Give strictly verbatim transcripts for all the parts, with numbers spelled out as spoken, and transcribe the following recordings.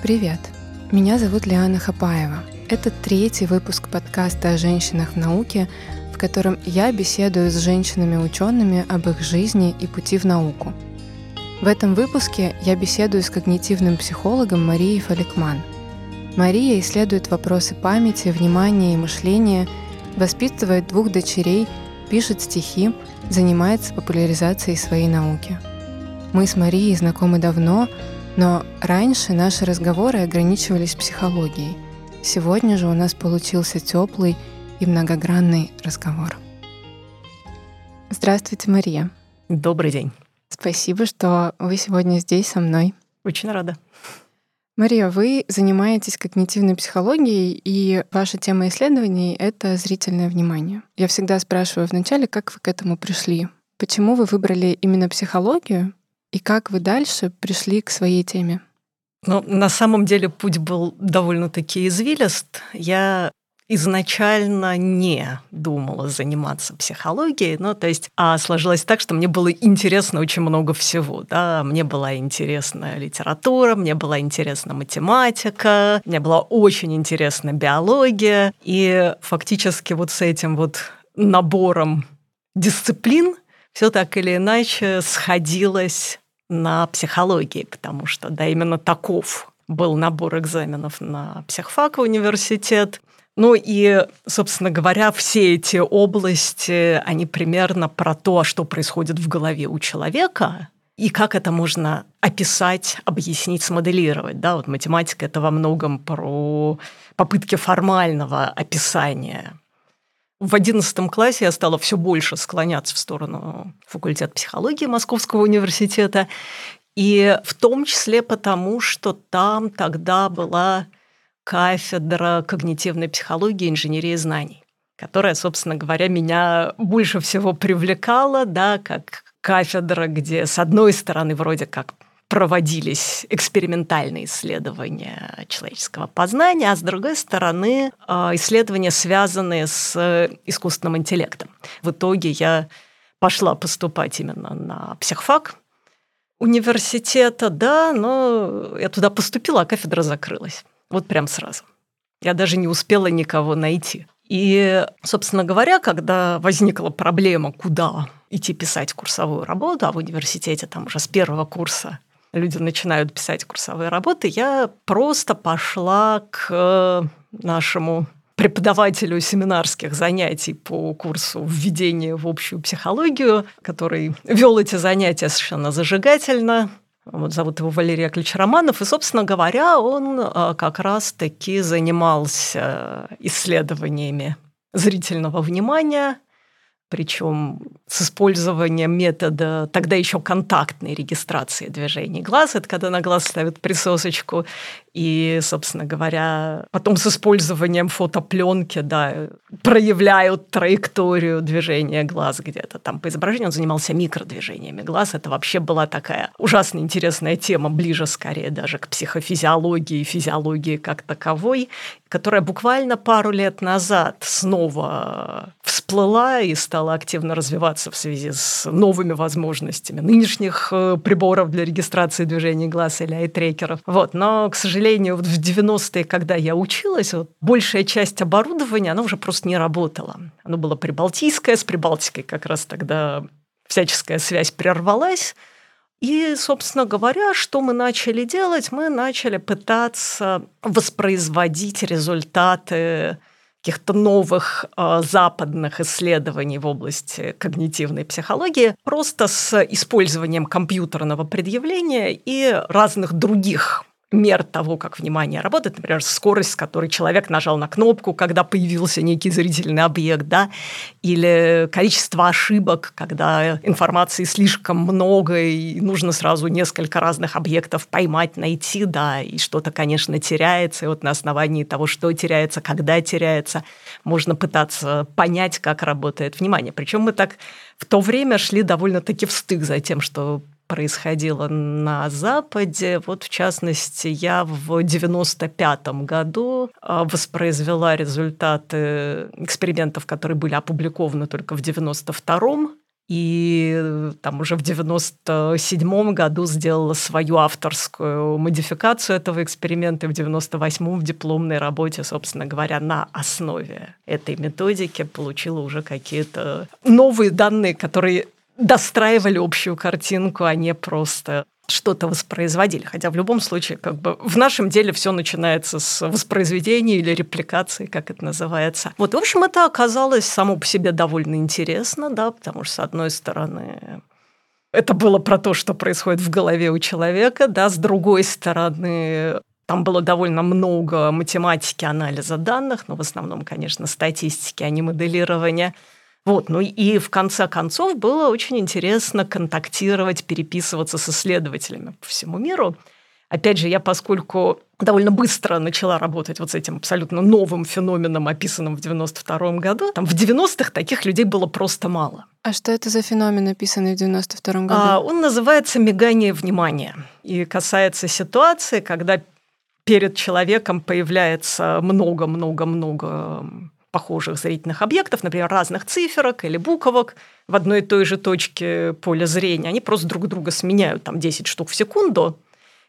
Привет! Меня зовут Лиана Хапаева. Это третий выпуск подкаста о женщинах в науке, в котором я беседую с женщинами-учеными об их жизни и пути в науку. В этом выпуске я беседую с когнитивным психологом Марией Фаликман. Мария исследует вопросы памяти, внимания и мышления, воспитывает двух дочерей, пишет стихи, занимается популяризацией своей науки. Мы с Марией знакомы давно, но раньше наши разговоры ограничивались психологией. Сегодня же у нас получился теплый и многогранный разговор. Здравствуйте, Мария. Добрый день. Спасибо, что вы сегодня здесь со мной. Очень рада. Мария, вы занимаетесь когнитивной психологией, и ваша тема исследований — это зрительное внимание. Я всегда спрашиваю вначале, как вы к этому пришли? Почему вы выбрали именно психологию? И как вы дальше пришли к своей теме? Ну, на самом деле путь был довольно-таки извилист. Я изначально не думала заниматься психологией, ну, то есть а сложилось так, что мне было интересно очень много всего, да, мне была интересна литература, мне была интересна математика, мне была очень интересна биология, и фактически вот с этим вот набором дисциплин все так или иначе сходилось на психологии, потому что, да, именно таков был набор экзаменов на психфак в университет. Ну и, собственно говоря, все эти области, они примерно про то, что происходит в голове у человека и как это можно описать, объяснить, смоделировать. Да, вот математика – это во многом про попытки формального описания. В одиннадцатом классе я стала все больше склоняться в сторону факультета психологии Московского университета, и в том числе потому, что там тогда была кафедра когнитивной психологии и инженерии знаний, которая, собственно говоря, меня больше всего привлекала, да, как кафедра, где, с одной стороны, вроде как проводились экспериментальные исследования человеческого познания, а с другой стороны исследования, связанные с искусственным интеллектом. В итоге я пошла поступать именно на психфак университета, да, но я туда поступила, а кафедра закрылась. Вот прям сразу. Я даже не успела никого найти. И, собственно говоря, когда возникла проблема, куда идти писать курсовую работу, а в университете там уже с первого курса люди начинают писать курсовые работы, я просто пошла к нашему преподавателю семинарских занятий по курсу введения в общую психологию, который вел эти занятия совершенно зажигательно. Вот зовут его Валерий Яковлевич Романов. И, собственно говоря, он как раз-таки занимался исследованиями зрительного внимания, причем с использованием метода тогда еще контактной регистрации движений глаз. Это когда на глаз ставят присосочку. И, собственно говоря, потом с использованием фотопленки, да, проявляют траекторию движения глаз где-то там по изображению. Он занимался микродвижениями глаз. Это вообще была такая ужасно интересная тема, ближе скорее даже к психофизиологии и физиологии как таковой, которая буквально пару лет назад снова всплыла и стала активно развиваться в связи с новыми возможностями нынешних приборов для регистрации движений глаз или айтрекеров. Вот. Но, к сожалению, вот в девяностые, когда я училась, вот, большая часть оборудования, она уже просто не работала. Оно было прибалтийское, с Прибалтикой как раз тогда всяческая связь прервалась. И, собственно говоря, что мы начали делать? Мы начали пытаться воспроизводить результаты каких-то новых э, западных исследований в области когнитивной психологии просто с использованием компьютерного предъявления и разных других мер того, как внимание работает, например, скорость, с которой человек нажал на кнопку, когда появился некий зрительный объект, да, или количество ошибок, когда информации слишком много, и нужно сразу несколько разных объектов поймать, найти, да, и что-то, конечно, теряется, и вот на основании того, что теряется, когда теряется, можно пытаться понять, как работает внимание. Причем мы так в то время шли довольно-таки встык за тем, что происходило на Западе. Вот, в частности, я в девяносто пятом году воспроизвела результаты экспериментов, которые были опубликованы только в девяносто втором. И там уже в девяносто седьмом году сделала свою авторскую модификацию этого эксперимента, и в девяносто восьмом в дипломной работе, собственно говоря, на основе этой методики получила уже какие-то новые данные, которые достраивали общую картинку, а не просто что-то воспроизводили. Хотя в любом случае, как бы в нашем деле все начинается с воспроизведения или репликации, как это называется. Вот, в общем, это оказалось само по себе довольно интересно, да, потому что, с одной стороны, это было про то, что происходит в голове у человека, да, с другой стороны, там было довольно много математики, анализа данных, но в основном, конечно, статистики, а не моделирования. Вот, ну и в конце концов было очень интересно контактировать, переписываться с исследователями по всему миру. Опять же, я, поскольку довольно быстро начала работать вот с этим абсолютно новым феноменом, описанным в девяносто втором году, там в девяностых таких людей было просто мало. А что это за феномен, описанный в девяносто втором году? А, он называется «мигание внимания» и касается ситуации, когда перед человеком появляется много-много-много похожих зрительных объектов, например, разных циферок или буквок в одной и той же точке поля зрения. Они просто друг друга сменяют, там десять штук в секунду,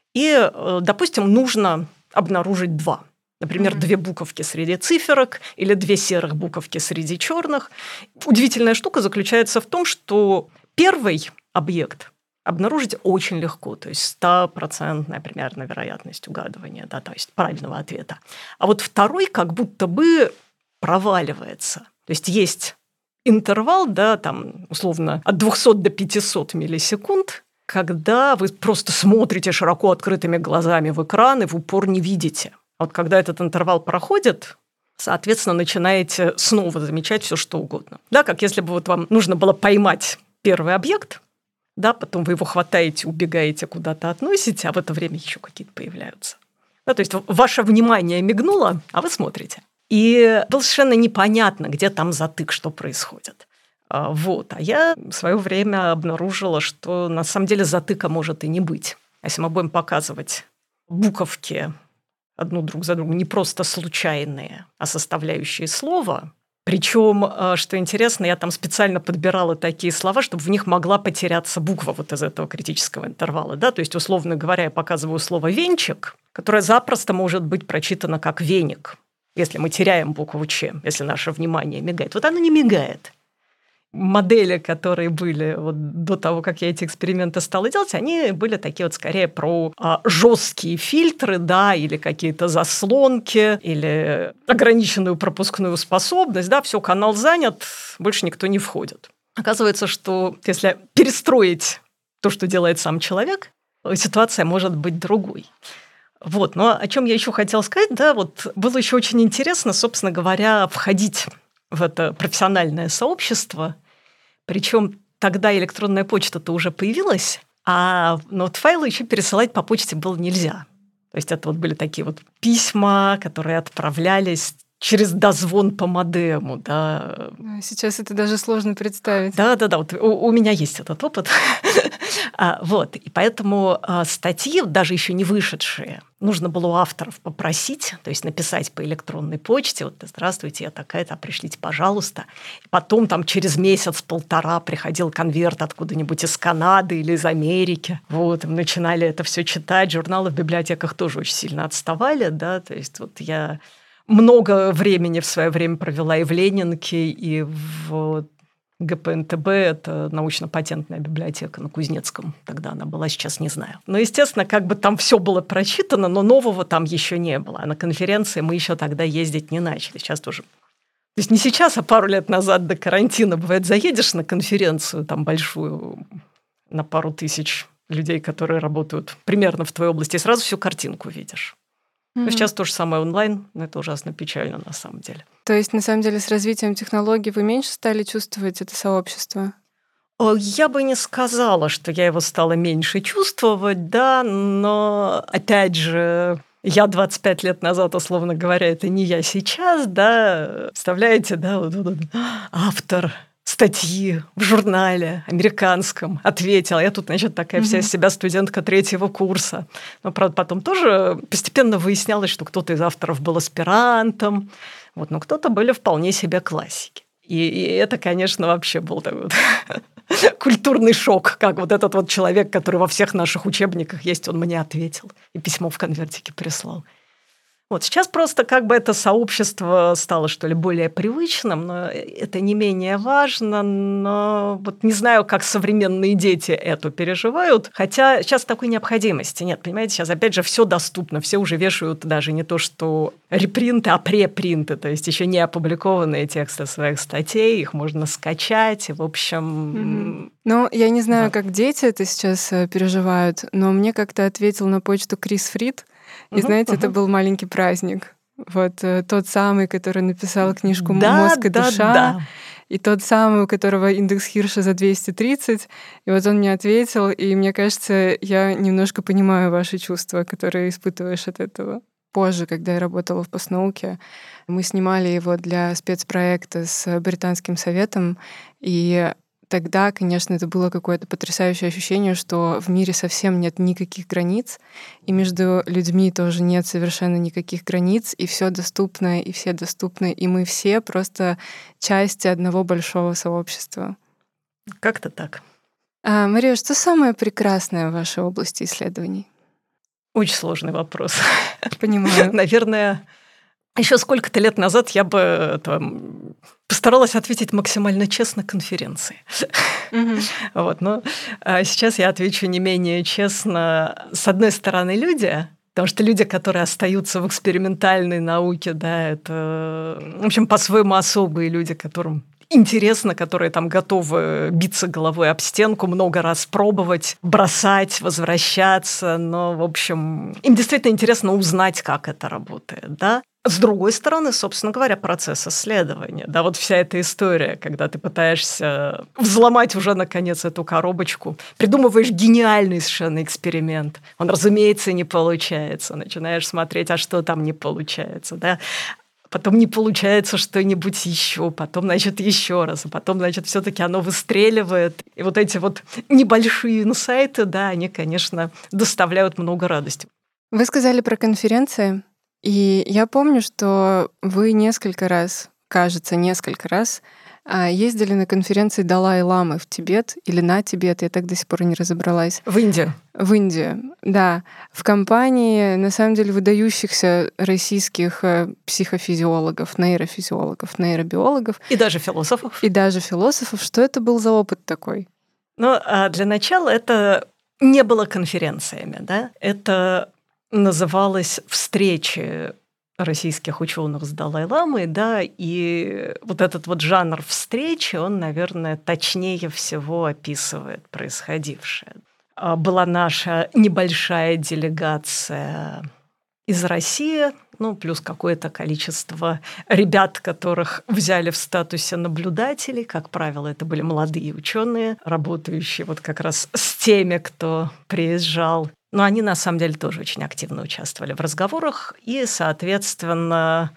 и, допустим, нужно обнаружить два. Например, mm-hmm. две буковки среди циферок или две серых буковки среди черных. Удивительная штука заключается в том, что первый объект обнаружить очень легко, то есть стопроцентная примерно вероятность угадывания, да, то есть правильного ответа. А вот второй как будто бы проваливается. То есть есть интервал, да, там, условно, от двухсот до пятисот миллисекунд, когда вы просто смотрите широко открытыми глазами в экран и в упор не видите. Вот когда этот интервал проходит, соответственно, начинаете снова замечать все, что угодно. Да, как если бы вот вам нужно было поймать первый объект, да, потом вы его хватаете, убегаете, куда-то относите, а в это время еще какие-то появляются. Да, то есть ваше внимание мигнуло, а вы смотрите. И было совершенно непонятно, где там затык, что происходит. Вот. А я в свое время обнаружила, что на самом деле затыка может и не быть. Если мы будем показывать буковки одну друг за другом, не просто случайные, а составляющие слова. Причем, что интересно, я там специально подбирала такие слова, чтобы в них могла потеряться буква вот из этого критического интервала. Да? То есть, условно говоря, я показываю слово «венчик», которое запросто может быть прочитано как «веник», если мы теряем букву «ч», если наше внимание мигает. Вот оно не мигает. Модели, которые были вот до того, как я эти эксперименты стала делать, они были такие вот скорее про а, жесткие фильтры, да, или какие-то заслонки, или ограниченную пропускную способность, да, все, канал занят, больше никто не входит. Оказывается, что если перестроить то, что делает сам человек, ситуация может быть другой. Вот, но о чем я еще хотела сказать, да, вот было еще очень интересно, собственно говоря, входить в это профессиональное сообщество, причем тогда электронная почта-то уже появилась, а но вот файлы еще пересылать по почте было нельзя. То есть это вот были такие вот письма, которые отправлялись через дозвон по модему, да. Сейчас это даже сложно представить. Да-да-да, вот у, у меня есть этот опыт. а, вот, и поэтому а, статьи, даже еще не вышедшие, нужно было у авторов попросить, то есть написать по электронной почте, вот, здравствуйте, я такая-то, пришлите, пожалуйста. И потом там через месяц-полтора приходил конверт откуда-нибудь из Канады или из Америки. Вот, мы начинали это все читать, журналы в библиотеках тоже очень сильно отставали, да, то есть вот я много времени в свое время провела и в Ленинке, и в гэ пэ эн тэ бэ, это научно-патентная библиотека на Кузнецком. Тогда она была, сейчас не знаю. Но, естественно, как бы там все было прочитано, но нового там еще не было. А на конференции мы еще тогда ездить не начали. Сейчас тоже. То есть не сейчас, а пару лет назад до карантина, бывает, заедешь на конференцию там большую, на пару тысяч людей, которые работают примерно в твоей области, и сразу всю картинку видишь. Но сейчас то же самое онлайн, но это ужасно печально на самом деле. То есть, на самом деле, с развитием технологий вы меньше стали чувствовать это сообщество? Я бы не сказала, что я его стала меньше чувствовать, да, но, опять же, я двадцать пять лет назад, условно говоря, это не я сейчас, да, представляете, да, вот, вот, автор статьи в журнале американском ответила. Я тут, значит, такая вся из себя студентка третьего курса. Но, правда, потом тоже постепенно выяснялось, что кто-то из авторов был аспирантом, вот, но кто-то были вполне себе классики. И, и это, конечно, вообще был такой вот культурный шок, как вот этот вот человек, который во всех наших учебниках есть, он мне ответил и письмо в конвертике прислал. Вот сейчас просто как бы это сообщество стало, что ли, более привычным, но это не менее важно, но вот не знаю, как современные дети это переживают, хотя сейчас такой необходимости нет, понимаете, сейчас опять же все доступно, все уже вешают даже не то, что репринты, а препринты, то есть еще не опубликованные тексты своих статей, их можно скачать, и, в общем... Mm-hmm. Ну, я не знаю, да. как дети это сейчас переживают, но мне как-то ответил на почту Крис Фрид. И, знаете, uh-huh, это uh-huh. был маленький праздник. Вот э, тот самый, который написал книжку да, «Мозг и да, душа», да. и тот самый, у которого индекс Хирша за двести тридцать. И вот он мне ответил, и мне кажется, я немножко понимаю ваши чувства, которые испытываешь от этого. Позже, когда я работала в постнауке, мы снимали его для спецпроекта с Британским советом, и тогда, конечно, это было какое-то потрясающее ощущение, что в мире совсем нет никаких границ, и между людьми тоже нет совершенно никаких границ, и все доступно, и все доступны, и мы все просто части одного большого сообщества. Как-то так. А, Мария, что самое прекрасное в вашей области исследований? Очень сложный вопрос. Понимаю. Наверное, еще сколько-то лет назад я бы там, постаралась ответить максимально честно конференции. Mm-hmm. Вот, но а сейчас я отвечу не менее честно. С одной стороны, люди, потому что люди, которые остаются в экспериментальной науке, да, это, в общем, по-своему особые люди, которым интересно, которые там готовы биться головой об стенку, много раз пробовать, бросать, возвращаться, но, в общем, им действительно интересно узнать, как это работает, да. С другой стороны, собственно говоря, процесс исследования, да, вот вся эта история, когда ты пытаешься взломать уже, наконец, эту коробочку, придумываешь гениальный совершенно эксперимент, он, разумеется, не получается, начинаешь смотреть, а что там не получается, да, потом не получается что-нибудь еще, потом, значит, еще раз, а потом, значит, все-таки оно выстреливает. И вот эти вот небольшие инсайты, да, они, конечно, доставляют много радости. Вы сказали про конференции, и я помню, что вы несколько раз, кажется, несколько раз ездили на конференции Далай-ламы в Тибет или на Тибет, я так до сих пор и не разобралась. В Индию. В Индию, да. В компании, на самом деле, выдающихся российских психофизиологов, нейрофизиологов, нейробиологов. И даже философов. И даже философов. Что это был за опыт такой? Ну, для начала это не было конференциями, да? Это называлось «Встречи российских ученых с Далай-ламой», да, и вот этот вот жанр встречи, он, наверное, точнее всего описывает происходившее. Была наша небольшая делегация из России, ну, плюс какое-то количество ребят, которых взяли в статусе наблюдателей. Как правило, это были молодые ученые, работающие вот как раз с теми, кто приезжал. Но они, на самом деле, тоже очень активно участвовали в разговорах. И, соответственно,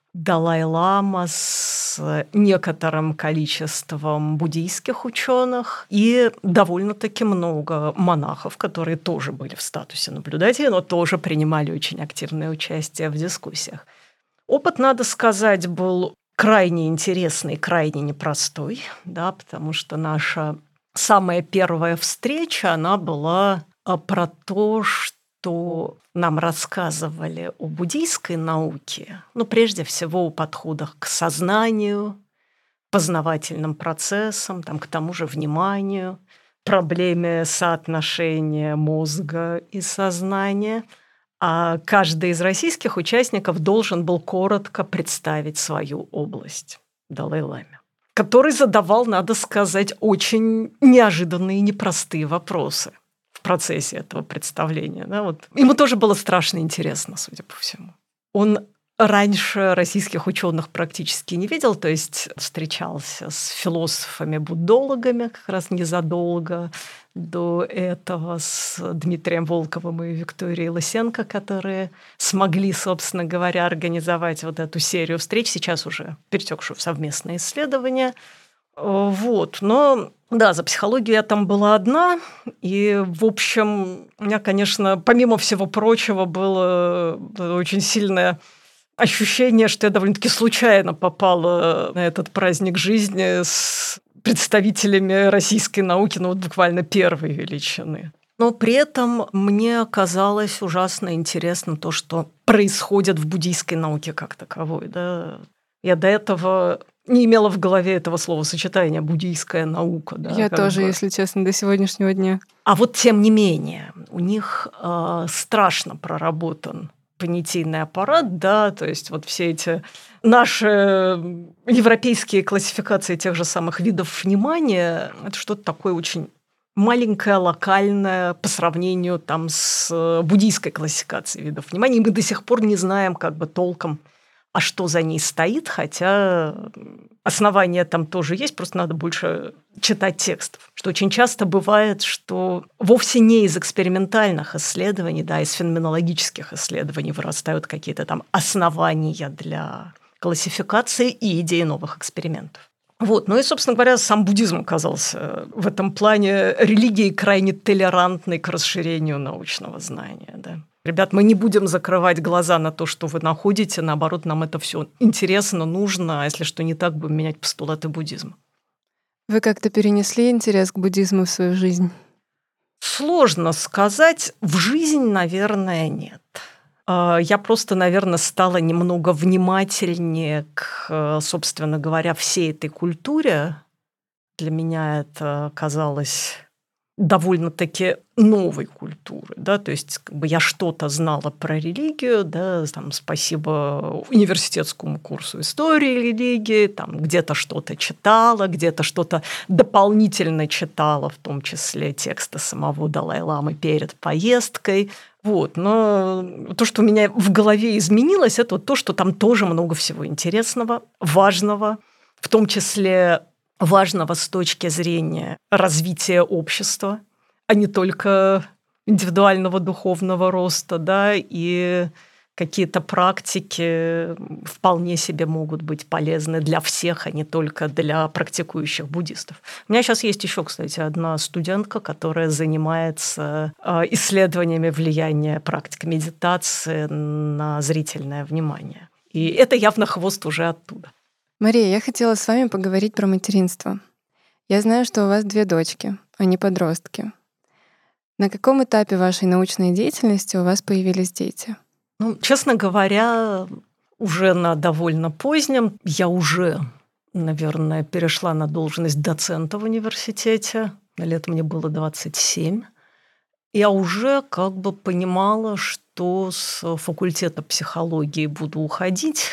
Далай-лама с некоторым количеством буддийских ученых и довольно-таки много монахов, которые тоже были в статусе наблюдателей, но тоже принимали очень активное участие в дискуссиях. Опыт, надо сказать, был крайне интересный, крайне непростой, да, потому что наша самая первая встреча, она была про то, что нам рассказывали о буддийской науке, ну, прежде всего, о подходах к сознанию, познавательным процессам, там, к тому же вниманию, проблеме соотношения мозга и сознания. А каждый из российских участников должен был коротко представить свою область Далай-ламе, который задавал, надо сказать, очень неожиданные и непростые вопросы в процессе этого представления. Да, вот. Ему тоже было страшно интересно, судя по всему. Он раньше российских ученых практически не видел, то есть встречался с философами-буддологами как раз незадолго до этого, с Дмитрием Волковым и Викторией Лысенко, которые смогли, собственно говоря, организовать вот эту серию встреч, сейчас уже перетекшую в совместные исследования. Вот, но да, за психологию я там была одна, и, в общем, у меня, конечно, помимо всего прочего, было очень сильное ощущение, что я довольно-таки случайно попала на этот праздник жизни с представителями российской науки, ну вот буквально первой величины. Но при этом мне казалось ужасно интересным то, что происходит в буддийской науке как таковой. Да? Я до этого не имела в голове этого словосочетания «буддийская наука». Да, Я тоже, бы. Если честно, до сегодняшнего дня. А вот тем не менее, у них э, страшно проработан понятийный аппарат, да, то есть вот все эти наши европейские классификации тех же самых видов внимания – это что-то такое очень маленькое, локальное по сравнению там, с буддийской классификацией видов внимания. И мы до сих пор не знаем как бы толком, а что за ней стоит, хотя основания там тоже есть, просто надо больше читать текстов. Что очень часто бывает, что вовсе не из экспериментальных исследований, да, из феноменологических исследований вырастают какие-то там основания для классификации и идеи новых экспериментов. Вот. Ну и, собственно говоря, сам буддизм оказался в этом плане религией крайне толерантной к расширению научного знания. Да. Ребят, мы не будем закрывать глаза на то, что вы находите, наоборот, нам это все интересно, нужно, а если что не так, будем менять постулаты буддизма. Вы как-то перенесли интерес к буддизму в свою жизнь? Сложно сказать. В жизнь, наверное, нет. Я просто, наверное, стала немного внимательнее к, собственно говоря, всей этой культуре. Для меня это казалось довольно-таки новой культуры, да, то есть как бы я что-то знала про религию, да, там, спасибо университетскому курсу истории религии, там где-то что-то читала, где-то что-то дополнительно читала, в том числе тексты самого Далай-ламы перед поездкой. Вот. Но то, что у меня в голове изменилось, это вот то, что там тоже много всего интересного, важного, в том числе важного с точки зрения развития общества, а не только индивидуального духовного роста, да, и какие-то практики вполне себе могут быть полезны для всех, а не только для практикующих буддистов. У меня сейчас есть еще, кстати, одна студентка, которая занимается исследованиями влияния практик медитации на зрительное внимание. И это явно хвост уже оттуда. Мария, я хотела с вами поговорить про материнство. Я знаю, что у вас две дочки, они подростки. На каком этапе вашей научной деятельности у вас появились дети? Ну, честно говоря, уже на довольно позднем. Я уже, наверное, перешла на должность доцента в университете. На лет мне было двадцать семь. Я уже как бы понимала, что с факультета психологии буду уходить.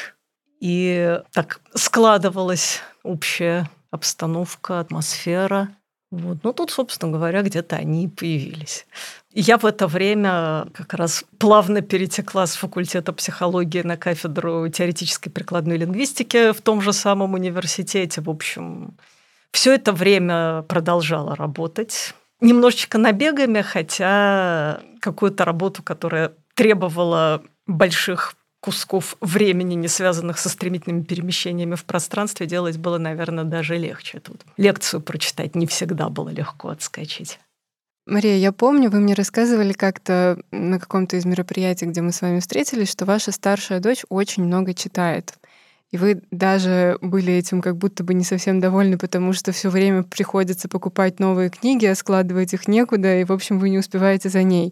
И так складывалась общая обстановка, атмосфера. Вот. Ну, тут, собственно говоря, где-то они и появились. И я в это время как раз плавно перетекла с факультета психологии на кафедру теоретической прикладной лингвистики в том же самом университете. В общем, все это время продолжала работать. Немножечко набегами, хотя какую-то работу, которая требовала больших кусков времени, не связанных со стремительными перемещениями в пространстве, делать было, наверное, даже легче. Тут лекцию прочитать не всегда было легко отскочить. Мария, я помню, вы мне рассказывали как-то на каком-то из мероприятий, где мы с вами встретились, что ваша старшая дочь очень много читает. И вы даже были этим как будто бы не совсем довольны, потому что все время приходится покупать новые книги, а складывать их некуда, и, в общем, вы не успеваете за ней.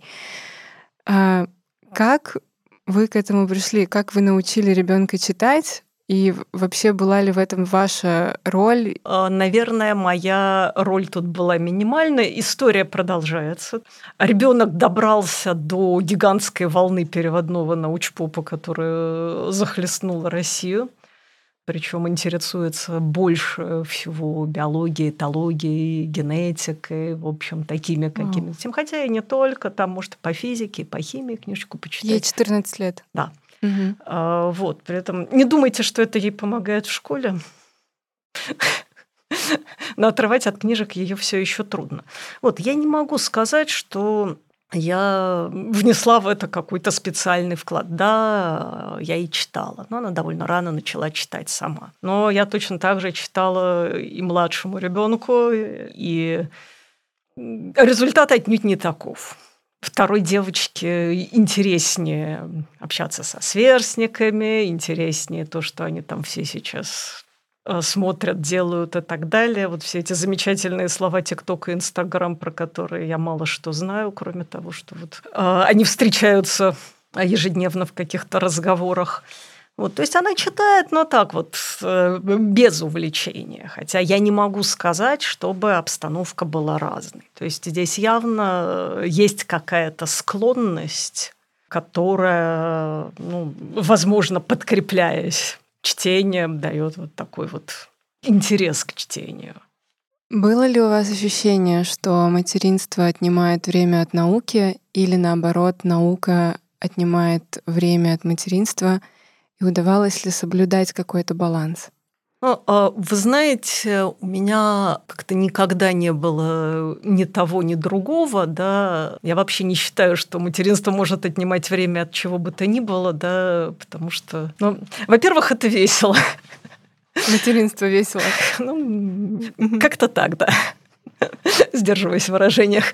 А как вы к этому пришли? Как вы научили ребенка читать? И вообще была ли в этом ваша роль? Наверное, моя роль тут была минимальная. История продолжается. Ребенок добрался до гигантской волны переводного научпопа, которая захлестнула Россию. Причем интересуется больше всего биологией, этологией, генетикой, в общем, такими какими-то. Хотя и не только, там, может, по физике, по химии книжечку почитать. Ей четырнадцать лет. Да. Угу. А, вот, при этом не думайте, что это ей помогает в школе. Но отрывать от книжек ее все еще трудно. Вот, я не могу сказать, что я внесла в это какой-то специальный вклад. Да, я и читала, но она довольно рано начала читать сама. Но я точно так же читала и младшему ребенку, и результат отнюдь не таков. Второй девочке интереснее общаться со сверстниками, интереснее то, что они там все сейчас э, смотрят, делают и так далее. Вот все эти замечательные слова ТикТок и Инстаграм, про которые я мало что знаю, кроме того, что вот э, они встречаются ежедневно в каких-то разговорах. Вот, то есть она читает, но так вот, э, без увлечения. Хотя я не могу сказать, чтобы обстановка была разной. То есть здесь явно есть какая-то склонность, которая, ну, возможно, подкрепляясь чтением, дает вот такой вот интерес к чтению. Было ли у вас ощущение, что материнство отнимает время от науки или, наоборот, наука отнимает время от материнства? И удавалось ли соблюдать какой-то баланс? Ну, вы знаете, у меня как-то никогда не было ни того, ни другого, да. Я вообще не считаю, что материнство может отнимать время от чего бы то ни было, да, потому что, ну, во-первых, это весело. Материнство весело. Ну, как-то так, да. Сдерживаюсь в выражениях.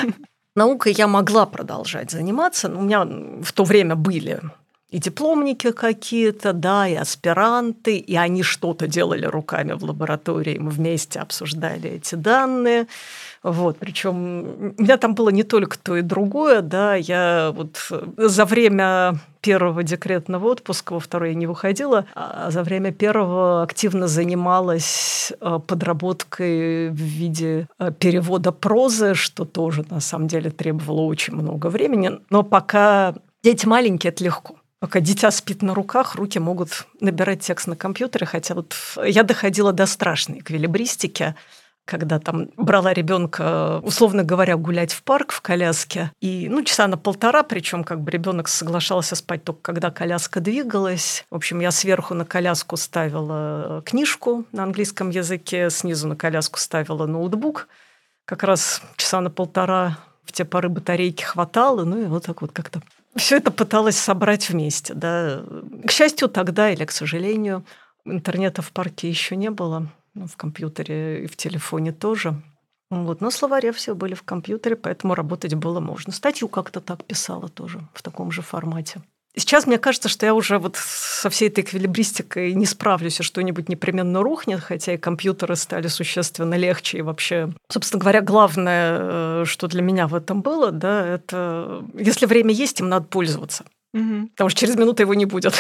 Наукой я могла продолжать заниматься, но у меня в то время были и дипломники какие-то, да, и аспиранты, и они что-то делали руками в лаборатории, мы вместе обсуждали эти данные. Вот, причем у меня там было не только то и другое, да, я вот за время первого декретного отпуска, во второй я не выходила, а за время первого активно занималась подработкой в виде перевода прозы, что тоже на самом деле требовало очень много времени, но пока дети маленькие, это легко. Пока дитя спит на руках, руки могут набирать текст на компьютере, хотя вот я доходила до страшной эквилибристики, когда там брала ребенка, условно говоря, гулять в парк в коляске, и ну, часа на полтора, причем как бы ребенок соглашался спать только когда коляска двигалась. В общем, я сверху на коляску ставила книжку на английском языке, снизу на коляску ставила ноутбук. Как раз часа на полтора в те поры батарейки хватало, ну и вот так вот как-то все это пыталась собрать вместе. Да. К счастью, тогда или к сожалению, интернета в парке еще не было. Ну, в компьютере и в телефоне тоже. Вот. Но словари все были в компьютере, поэтому работать было можно. Статью как-то так писала тоже в таком же формате. Сейчас мне кажется, что я уже вот со всей этой эквилибристикой не справлюсь, и что-нибудь непременно рухнет, хотя и компьютеры стали существенно легче. И вообще, собственно говоря, главное, что для меня в этом было, да, это если время есть, им надо пользоваться. Угу. Потому что через минуту его не будет.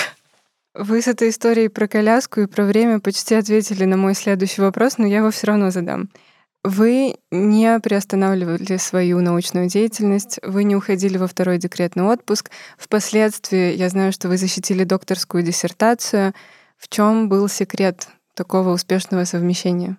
Вы с этой историей про коляску и про время почти ответили на мой следующий вопрос, но я его все равно задам. Вы не приостанавливали свою научную деятельность, вы не уходили во второй декретный отпуск. Впоследствии я знаю, что вы защитили докторскую диссертацию. В чем был секрет такого успешного совмещения?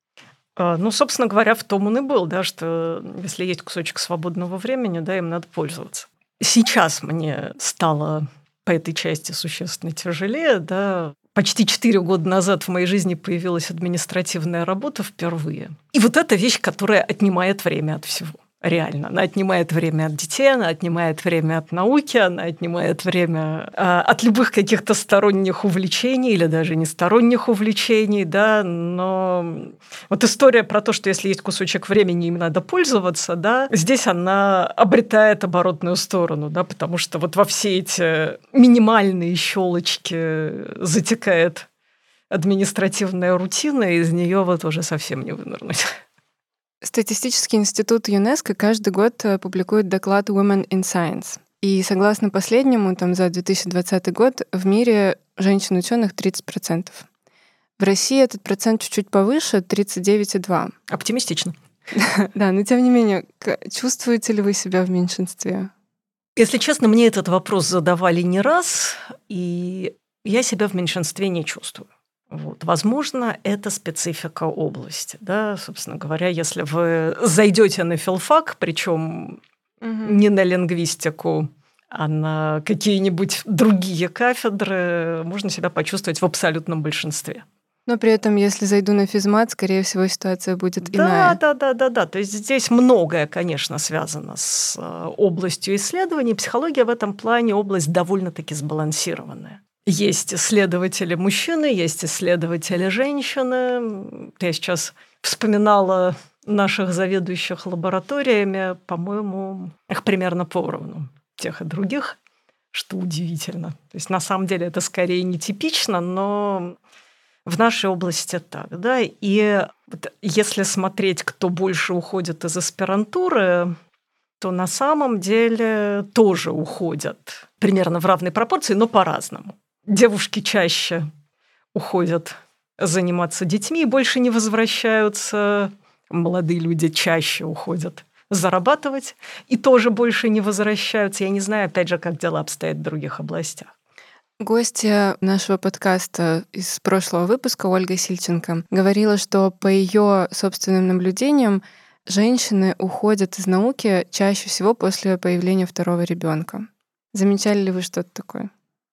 Ну, собственно говоря, в том он и был, да, что если есть кусочек свободного времени, да, им надо пользоваться. Сейчас мне стало по этой части существенно тяжелее, да. Почти четыре года назад в моей жизни появилась административная работа впервые. И вот эта вещь, которая отнимает время от всего. Реально. Она отнимает время от детей, она отнимает время от науки, она отнимает время э, от любых каких-то сторонних увлечений или даже не сторонних увлечений, да, но вот история про то, что если есть кусочек времени, им надо пользоваться, да, здесь она обретает оборотную сторону, да, потому что вот во все эти минимальные щелочки затекает административная рутина, и из нее вот уже совсем не вынырнуть. Статистический институт ЮНЕСКО каждый год публикует доклад Women in Science. И согласно последнему, там за две тысячи двадцатый год в мире женщин-ученых тридцать процентов. В России этот процент чуть-чуть повыше, тридцать девять целых два десятых. Оптимистично. Да, но тем не менее, чувствуете ли вы себя в меньшинстве? Если честно, мне этот вопрос задавали не раз, и я себя в меньшинстве не чувствую. Вот. Возможно, это специфика области. Да? Собственно говоря, если вы зайдете на филфак, причем угу. не на лингвистику, а на какие-нибудь другие кафедры, можно себя почувствовать в абсолютном большинстве. Но при этом, если зайду на физмат, скорее всего, ситуация будет да, иная. Да, да, да, да. То есть здесь многое, конечно, связано с областью исследований. Психология в этом плане область довольно-таки сбалансированная. Есть исследователи мужчины, есть исследователи женщины. Я сейчас вспоминала наших заведующих лабораториями, по-моему, их примерно поровну, тех и других, что удивительно. То есть на самом деле это скорее нетипично, но В нашей области так, да. И вот если смотреть, кто больше уходит из аспирантуры, то на самом деле тоже уходят примерно в равной пропорции, но по-разному. Девушки чаще уходят заниматься детьми и больше не возвращаются. Молодые люди чаще уходят зарабатывать и тоже больше не возвращаются. Я не знаю, опять же, как дела обстоят в других областях. Гостья нашего подкаста из прошлого выпуска, Ольга Сильченко, говорила, что по ее собственным наблюдениям женщины уходят из науки чаще всего после появления второго ребенка. Замечали ли вы что-то такое?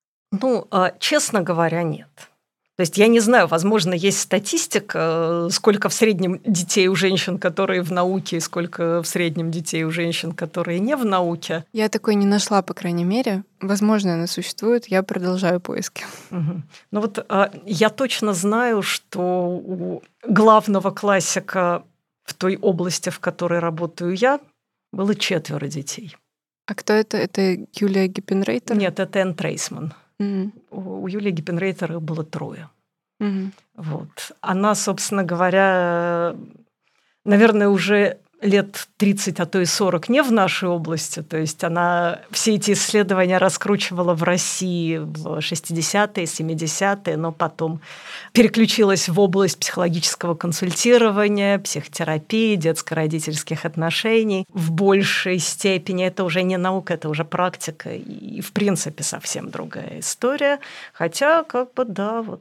Ну, честно говоря, нет. То есть я не знаю, возможно, есть статистика, сколько в среднем детей у женщин, которые в науке, и сколько в среднем детей у женщин, которые не в науке. Я такой не нашла, по крайней мере. Возможно, она существует, я продолжаю поиски. Угу. Ну вот я точно знаю, что у главного классика в той области, в которой работаю я, было четверо детей. А кто это? Это Юлия Гиппенрейтер? Нет, это Энн Трейсман. Mm. У Юлии Гиппенрейтер их было трое. Mm-hmm. Вот. Она, собственно говоря, наверное, уже лет тридцать, а то и сорок не в нашей области. То есть она все эти исследования раскручивала в России в шестидесятые, семидесятые, но потом переключилась в область психологического консультирования, психотерапии, детско-родительских отношений. В большей степени это уже не наука, это уже практика и, в принципе, совсем другая история. Хотя, как бы, да, вот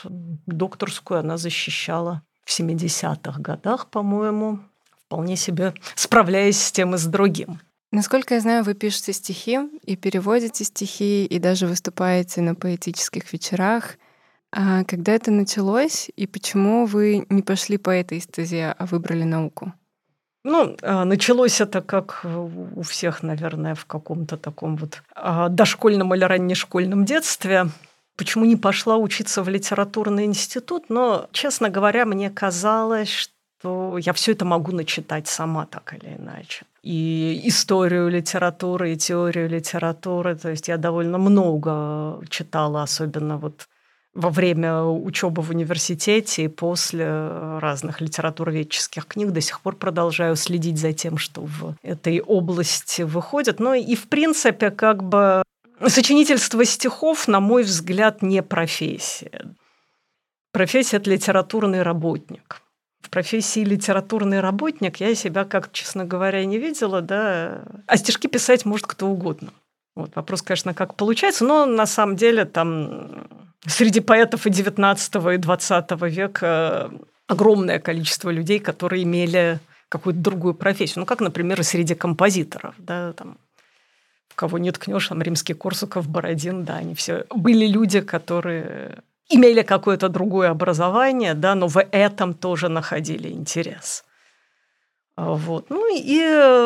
докторскую она защищала в семидесятых годах, по-моему, вполне себе справляясь с тем и с другим. Насколько я знаю, вы пишете стихи и переводите стихи, и даже выступаете на поэтических вечерах. А когда это началось, и почему вы не пошли по этой стезе, а выбрали науку? Ну, началось это, как у всех, наверное, в каком-то таком вот дошкольном или раннешкольном детстве. Почему не пошла учиться в литературный институт? Но, честно говоря, мне казалось, что то я все это могу начитать сама так или иначе. И историю литературы, и теорию литературы. То есть я довольно много читала, особенно вот во время учебы в университете и после разных литературоведческих книг. До сих пор продолжаю следить за тем, что в этой области выходит. Ну и, в принципе, как бы сочинительство стихов, на мой взгляд, не профессия. Профессия – это литературный работник. В профессии литературный работник я себя, как, честно говоря, не видела, да. А стишки писать может кто угодно. Вот. Вопрос, конечно, как получается, но на самом деле там среди поэтов и девятнадцатого, и двадцатого века огромное количество людей, которые имели какую-то другую профессию. Ну, как, например, и среди композиторов, да, там, в кого не ткнешь, там, Римский-Корсаков, Бородин, да, они все были люди, которые имели какое-то другое образование, да, но в этом тоже находили интерес. Вот. Ну и,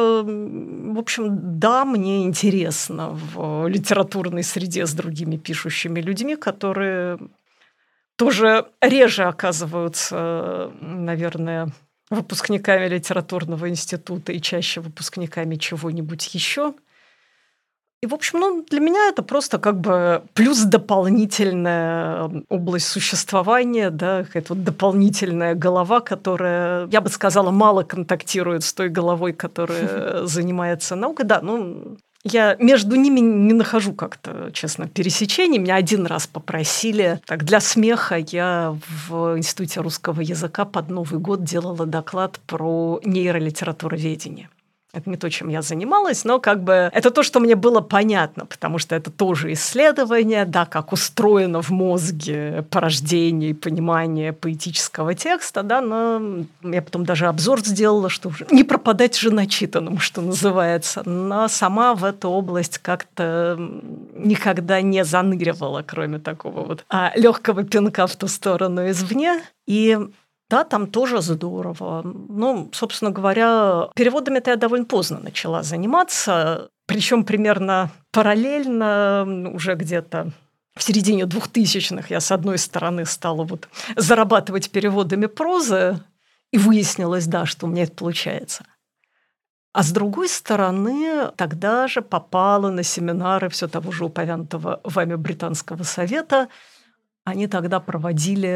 в общем, да, мне интересно в литературной среде с другими пишущими людьми, которые тоже реже оказываются, наверное, выпускниками литературного института и чаще выпускниками чего-нибудь еще. И, в общем, ну, для меня это просто как бы плюс дополнительная область существования, да, какая-то вот дополнительная голова, которая, я бы сказала, мало контактирует с той головой, которая занимается наукой. Да, ну, я между ними не нахожу как-то, честно, пересечений. Меня один раз попросили, так, для смеха я в Институте русского языка под Новый год делала доклад про нейролитературоведение. Это не то, чем я занималась, но как бы это то, что мне было понятно, потому что это тоже исследование, да, как устроено в мозге порождение и понимание поэтического текста, да, но я потом даже обзор сделала, что не пропадать же начитанным, что называется, но сама в эту область как-то никогда не заныривала, кроме такого вот а, легкого пинка в ту сторону извне. И да, там тоже здорово. Ну, собственно говоря, переводами-то я довольно поздно начала заниматься, причем примерно параллельно, уже где-то в середине двухтысячных я, с одной стороны, стала вот зарабатывать переводами прозы, и выяснилось, да, что у меня это получается. А с другой стороны, тогда же попала на семинары все того же упомянутого вами Британского совета. Они тогда проводили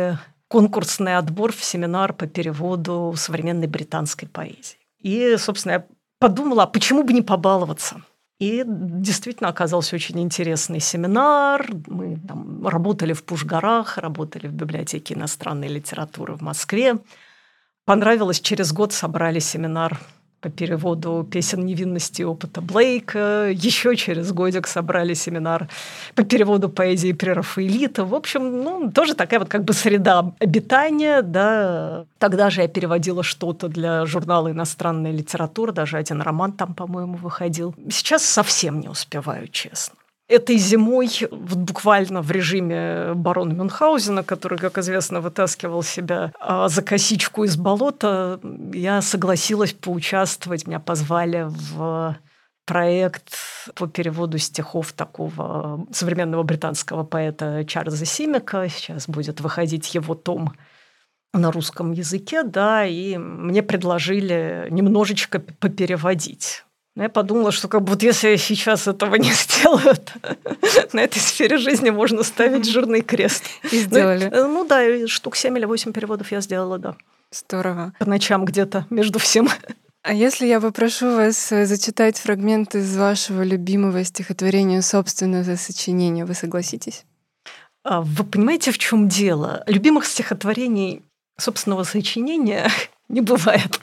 конкурсный отбор в семинар по переводу современной британской поэзии. И, собственно, я подумала, а почему бы не побаловаться? И действительно оказался очень интересный семинар. Мы там работали в Пуш-горах, работали в библиотеке иностранной литературы в Москве. Понравилось, через год собрали семинар по переводу песен невинности и опыта Блейка. Еще через годик собрали семинар по переводу поэзии прерафаэлита. В общем, ну, тоже такая вот как бы среда обитания. Да. Тогда же я переводила что-то для журнала «Иностранная литература». Даже один роман там, по-моему, выходил. Сейчас совсем не успеваю, честно. Этой зимой, вот буквально в режиме барона Мюнхгаузена, который, как известно, вытаскивал себя за косичку из болота, я согласилась поучаствовать. Меня позвали в проект по переводу стихов такого современного британского поэта Чарльза Симмека. Сейчас будет выходить его том на русском языке, да, и мне предложили немножечко попереводить. Я подумала, что как бы вот если я сейчас этого не сделаю, то на этой сфере жизни можно ставить жирный крест. И сделали. Ну, ну да, штук семь или восемь переводов я сделала, да. Здорово. По ночам где-то между всем. А если я попрошу вас зачитать фрагмент из вашего любимого стихотворения собственного сочинения, вы согласитесь? Вы понимаете, в чем дело? Любимых стихотворений собственного сочинения не бывает.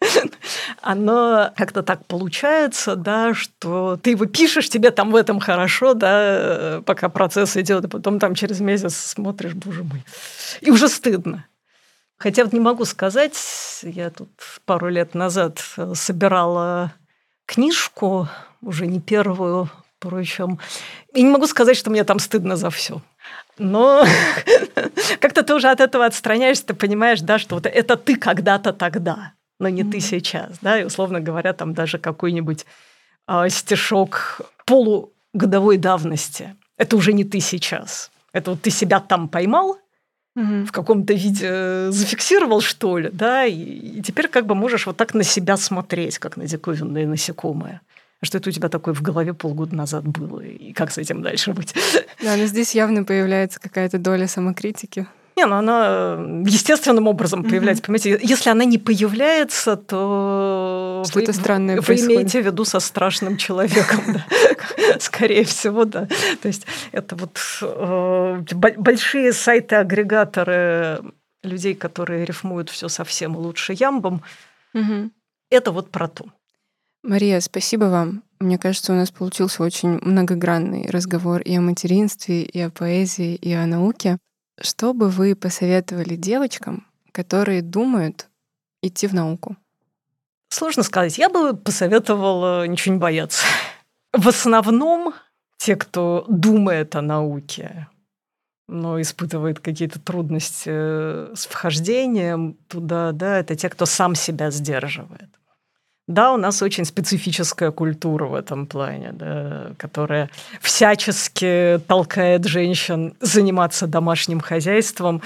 Оно как-то так получается, да, что ты его пишешь, тебе там в этом хорошо, да, пока процесс идет, и потом там через месяц смотришь, боже мой, и уже стыдно. Хотя вот не могу сказать, я тут пару лет назад собирала книжку, уже не первую, впрочем, и не могу сказать, что мне там стыдно за все. Но как-то ты уже от этого отстраняешься, ты понимаешь, да, что вот это ты когда-то тогда, но не mm-hmm. ты сейчас, да, и, условно говоря, там даже какой-нибудь э, стишок полугодовой давности. Это уже не ты сейчас. Это вот ты себя там поймал, mm-hmm. в каком-то виде зафиксировал, что ли, да, и, и теперь как бы можешь вот так на себя смотреть, как на диковинное насекомое. Что это у тебя такое в голове полгода назад было, и как с этим дальше быть? Да, но здесь явно появляется какая-то доля самокритики. Не, ну она естественным образом появляется. Mm-hmm. Понимаете, если она не появляется, то что-то вы, странное вы происходит. Имеете в виду со страшным человеком, скорее всего, да. То есть это вот большие сайты-агрегаторы людей, которые рифмуют все совсем лучше ямбом, это вот про то. Мария, спасибо вам. Мне кажется, у нас получился очень многогранный разговор и о материнстве, и о поэзии, и о науке. Что бы вы посоветовали девочкам, которые думают идти в науку? Сложно сказать. Я бы посоветовала ничего не бояться. В основном те, кто думает о науке, но испытывает какие-то трудности с вхождением туда, да, это те, кто сам себя сдерживает. Да, у нас очень специфическая культура в этом плане, да, которая всячески толкает женщин заниматься домашним хозяйством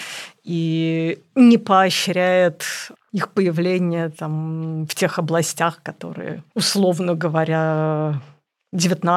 и не поощряет их появление там, в тех областях, которые, условно говоря, в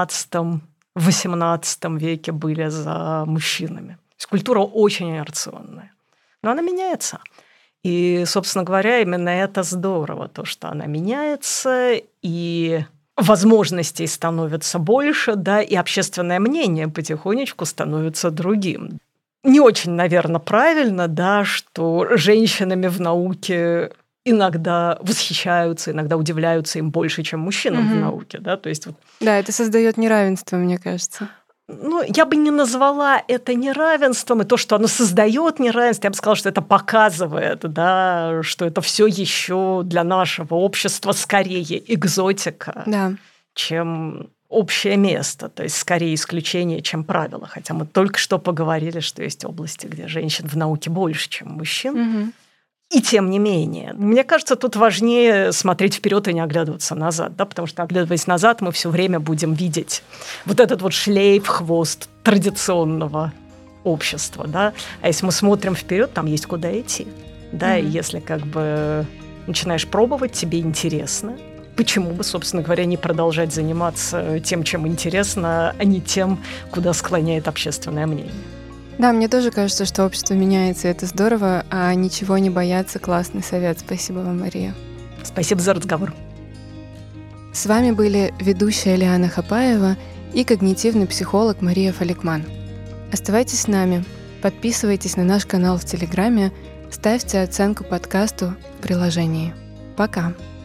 девятнадцатом-восемнадцатом веке были за мужчинами. То есть культура очень инерционная, но она меняется. И, собственно говоря, именно это здорово, то, что она меняется, и возможностей становится больше, да, и общественное мнение потихонечку становится другим. Не очень, наверное, правильно, да, что женщинами в науке иногда восхищаются, иногда удивляются им больше, чем мужчинам mm-hmm. в науке, да, то есть вот. Да, это создает неравенство, мне кажется. Ну, я бы не назвала это неравенством, и то, что оно создает неравенство, я бы сказала, что это показывает, да, что это все еще для нашего общества скорее экзотика, да. чем общее место, то есть скорее исключение, чем правило. Хотя мы только что поговорили, что есть области, где женщин в науке больше, чем мужчин. Угу. И тем не менее, мне кажется, тут важнее смотреть вперед и не оглядываться назад, да, потому что, оглядываясь назад, мы все время будем видеть вот этот вот шлейф, хвост традиционного общества, да. А если мы смотрим вперед, там есть куда идти, да. Mm-hmm. И если как бы начинаешь пробовать, тебе интересно, почему бы, собственно говоря, не продолжать заниматься тем, чем интересно, а не тем, куда склоняет общественное мнение. Да, мне тоже кажется, что общество меняется, и это здорово, а ничего не бояться — классный совет. Спасибо вам, Мария. Спасибо за разговор. С вами были ведущая Лиана Хапаева и когнитивный психолог Мария Фаликман. Оставайтесь с нами, подписывайтесь на наш канал в Телеграме, ставьте оценку подкасту в приложении. Пока!